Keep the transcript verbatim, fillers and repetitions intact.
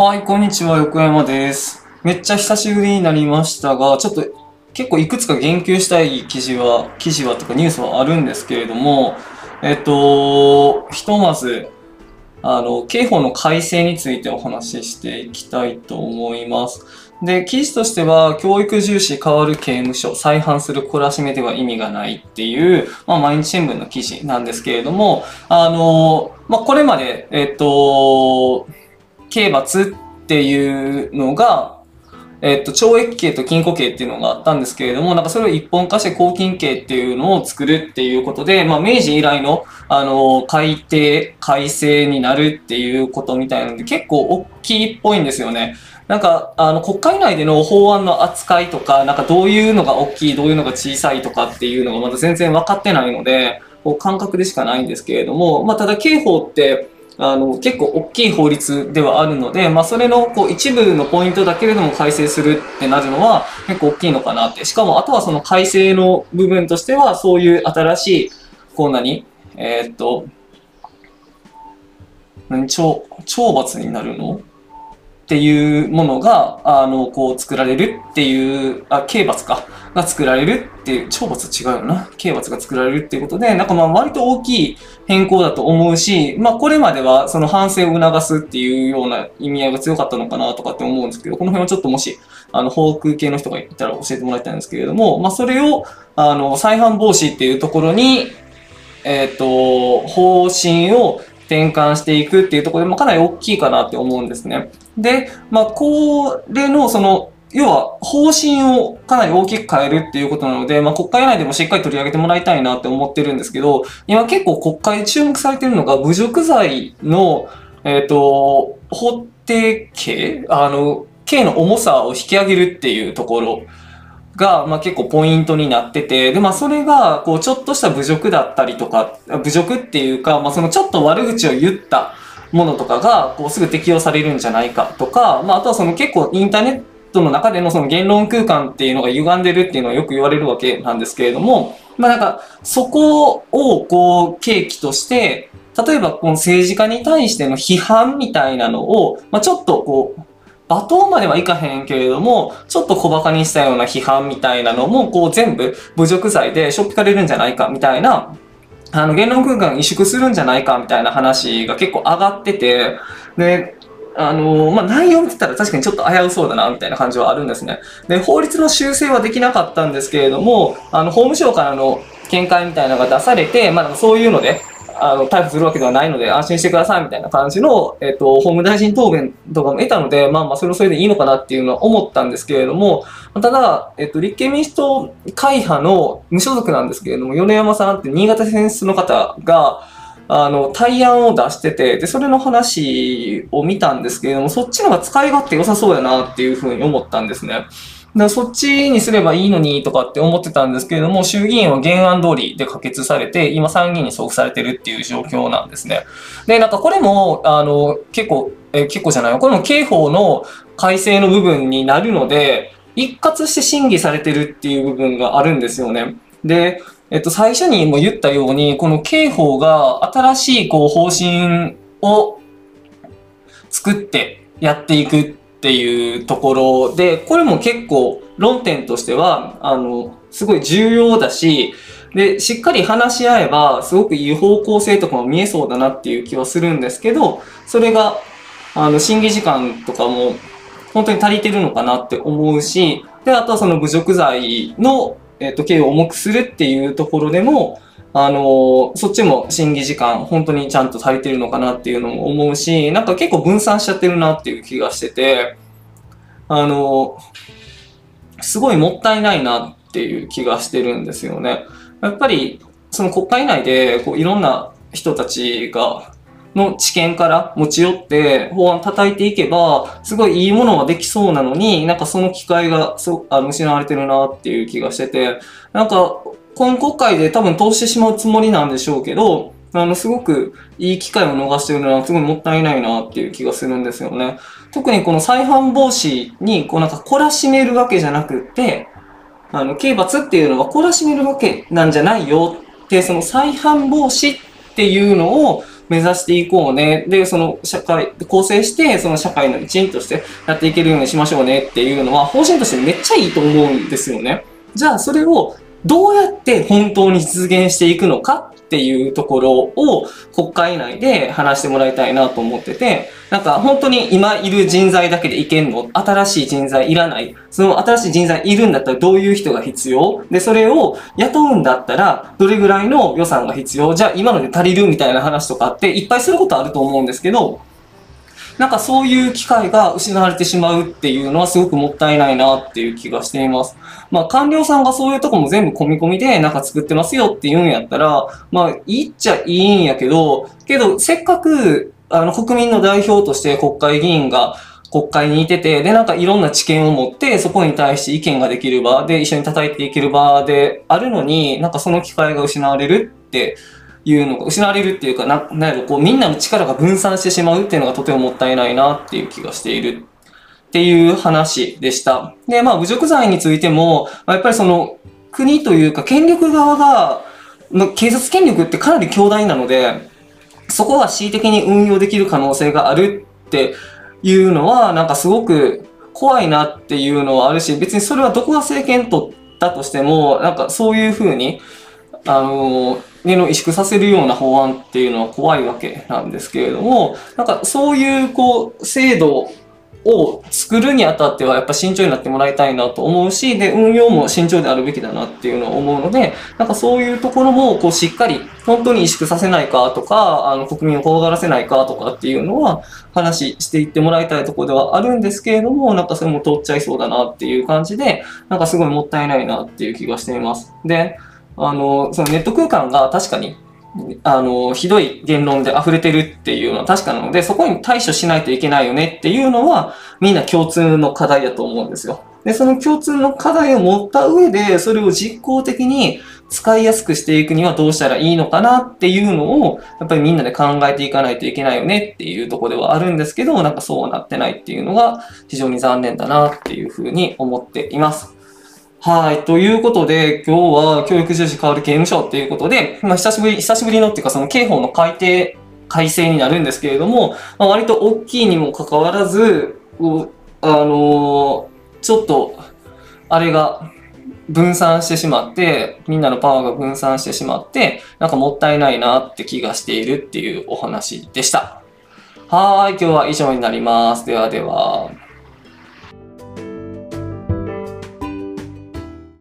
はい、こんにちは、横山です。めっちゃ久しぶりになりましたが、ちょっと結構いくつか言及したい記事は、記事はとかニュースはあるんですけれども、えっと、ひとまず、あの、刑法の改正についてお話ししていきたいと思います。で、記事としては、教育重視変わる刑務所、再犯する懲らしめでは意味がないっていう、まあ、毎日新聞の記事なんですけれども、あの、まあ、これまで、えっと、刑罰っていうのが、えっと、懲役刑と禁錮刑っていうのがあったんですけれども、なんかそれを一本化して拘禁刑っていうのを作るっていうことで、まあ、明治以来の、あの、改定、改正になるっていうことみたいなので、結構大きいっぽいんですよね。なんか、あの、国会内での法案の扱いとか、なんかどういうのが大きい、どういうのが小さいとかっていうのがまだ全然分かってないので、こう感覚でしかないんですけれども、まあ、ただ刑法って、あの、結構大きい法律ではあるので、まあ、それのこう一部のポイントだけれども改正するってなるのは結構大きいのかなって。しかも、あとはその改正の部分としては、そういう新しい、こう何えーっと、何、懲、懲罰になるのっていうものが、あの、こう作られるっていう、あ、刑罰か、が作られるっていう、懲罰は違うよな。刑罰が作られるっていうことで、なんかまあ割と大きい変更だと思うし、まあこれまではその反省を促すっていうような意味合いが強かったのかなとかって思うんですけど、この辺はちょっともし、あの、法空系の人がいたら教えてもらいたいんですけれども、まあそれを、あの、再犯防止っていうところに、えっと、方針を転換していくっていうところで、まあ、かなり大きいかなって思うんですね。で、まあ、これの、その、要は、方針をかなり大きく変えるっていうことなので、まあ、国会内でもしっかり取り上げてもらいたいなって思ってるんですけど、今結構国会で注目されてるのが、侮辱罪の、えっと、法定刑あの、刑の重さを引き上げるっていうところ。が、まあ、結構ポイントになってて、で、まあ、それが、こう、ちょっとした侮辱だったりとか、侮辱っていうか、まあ、そのちょっと悪口を言ったものとかが、こう、すぐ適用されるんじゃないかとか、まあ、あとはその結構インターネットの中でのその言論空間っていうのが歪んでるっていうのはよく言われるわけなんですけれども、まあ、なんか、そこを、こう、契機として、例えば、この政治家に対しての批判みたいなのを、まあ、ちょっとこう、罵倒まではいかへんけれども、ちょっと小馬鹿にしたような批判みたいなのも、こう全部侮辱罪でしょっぴかれるんじゃないかみたいな、あの言論空間が萎縮するんじゃないかみたいな話が結構上がってて、で、あの、まあ、内容を見てたら確かにちょっと危うそうだな、みたいな感じはあるんですね。で、法律の修正はできなかったんですけれども、あの、法務省からの見解みたいなのが出されて、まあ、そういうので、あの、逮捕するわけではないので安心してくださいみたいな感じの、えっと、法務大臣答弁とかも得たので、まあまあ、それはそれでいいのかなっていうのは思ったんですけれども、ただ、えっと、立憲民主党会派の無所属なんですけれども、米山さんって新潟選出の方が、あの、対案を出してて、で、それの話を見たんですけれども、そっちの方が使い勝手良さそうやなっていうふうに思ったんですね。だからそっちにすればいいのにとかって思ってたんですけれども、衆議院は原案通りで可決されて、今参議院に送付されてるっていう状況なんですね。で、なんかこれも、あの、結構、え、結構じゃないよ。これも刑法の改正の部分になるので、一括して審議されてるっていう部分があるんですよね。で、えっと、最初にも言ったように、この刑法が新しいこう方針を作ってやっていくっていうところで、これも結構論点としては、あの、すごい重要だし、で、しっかり話し合えば、すごくいい方向性とかも見えそうだなっていう気はするんですけど、それが、あの、審議時間とかも本当に足りてるのかなって思うし、で、あとはその侮辱罪の、えっと、刑を重くするっていうところでも、あの、そっちも審議時間、本当にちゃんと足りてるのかなっていうのも思うし、なんか結構分散しちゃってるなっていう気がしてて、あの、すごいもったいないなっていう気がしてるんですよね。やっぱり、その国会内で、こう、いろんな人たちが、の知見から持ち寄って法案叩いていけば、すごいいいものはできそうなのに、なんかその機会がすごあの失われてるなっていう気がしてて、なんか、今国会で多分通してしまうつもりなんでしょうけど、あの、すごくいい機会を逃してるのはすごいもったいないなっていう気がするんですよね。特にこの再犯防止に、こうなんか懲らしめるわけじゃなくって、あの、刑罰っていうのは懲らしめるわけなんじゃないよって、その再犯防止っていうのを目指していこうね。で、その社会、構成して、その社会の一員としてやっていけるようにしましょうねっていうのは、方針としてめっちゃいいと思うんですよね。じゃあ、それをどうやって本当に実現していくのかっていうところを国会内で話してもらいたいなと思ってて、なんか本当に今いる人材だけでいけんの？新しい人材いらない？その新しい人材いるんだったらどういう人が必要で、それを雇うんだったらどれぐらいの予算が必要？じゃあ今ので足りるみたいな話とかっていっぱいすることあると思うんですけど、なんかそういう機会が失われてしまうっていうのはすごくもったいないなっていう気がしています。まあ官僚さんがそういうとこも全部込み込みでなんか作ってますよって言うんやったら、まあいいっちゃいいんやけど、けどせっかくあの国民の代表として国会議員が国会にいてて、でなんかいろんな知見を持ってそこに対して意見ができる場で一緒に叩いていける場であるのに、なんかその機会が失われるっていうのが、失われるっていうか、な、なんやろ、こう、みんなの力が分散してしまうっていうのがとてももったいないなっていう気がしているっていう話でした。で、まあ、侮辱罪についても、やっぱりその、国というか、権力側が、の警察権力ってかなり強大なので、そこは恣意的に運用できる可能性があるっていうのは、なんかすごく怖いなっていうのはあるし、別にそれはどこが政権取ったとしても、なんかそういうふうに、あの、ねの萎縮させるような法案っていうのは怖いわけなんですけれども、なんかそういうこう制度を作るにあたってはやっぱ慎重になってもらいたいなと思うし、で、運用も慎重であるべきだなっていうのを思うので、なんかそういうところもこうしっかり本当に萎縮させないかとか、あの国民を怖がらせないかとかっていうのは話していってもらいたいところではあるんですけれども、なんかそれも通っちゃいそうだなっていう感じで、なんかすごいもったいないなっていう気がしています。で、あの、そのネット空間が確かに、あの、ひどい言論で溢れてるっていうのは確かなので、そこに対処しないといけないよねっていうのは、みんな共通の課題だと思うんですよ。で、その共通の課題を持った上で、それを実効的に使いやすくしていくにはどうしたらいいのかなっていうのを、やっぱりみんなで考えていかないといけないよねっていうところではあるんですけど、なんかそうはなってないっていうのが非常に残念だなっていうふうに思っています。はい。ということで、今日は教育重視変わる刑務所っていうことで、まあ、久しぶり、久しぶりのっていうか、その刑法の改定、改正になるんですけれども、まあ、割と大きいにもかかわらず、あのー、ちょっと、あれが分散してしまって、みんなのパワーが分散してしまって、なんかもったいないなって気がしているっていうお話でした。はい。今日は以上になります。ではでは。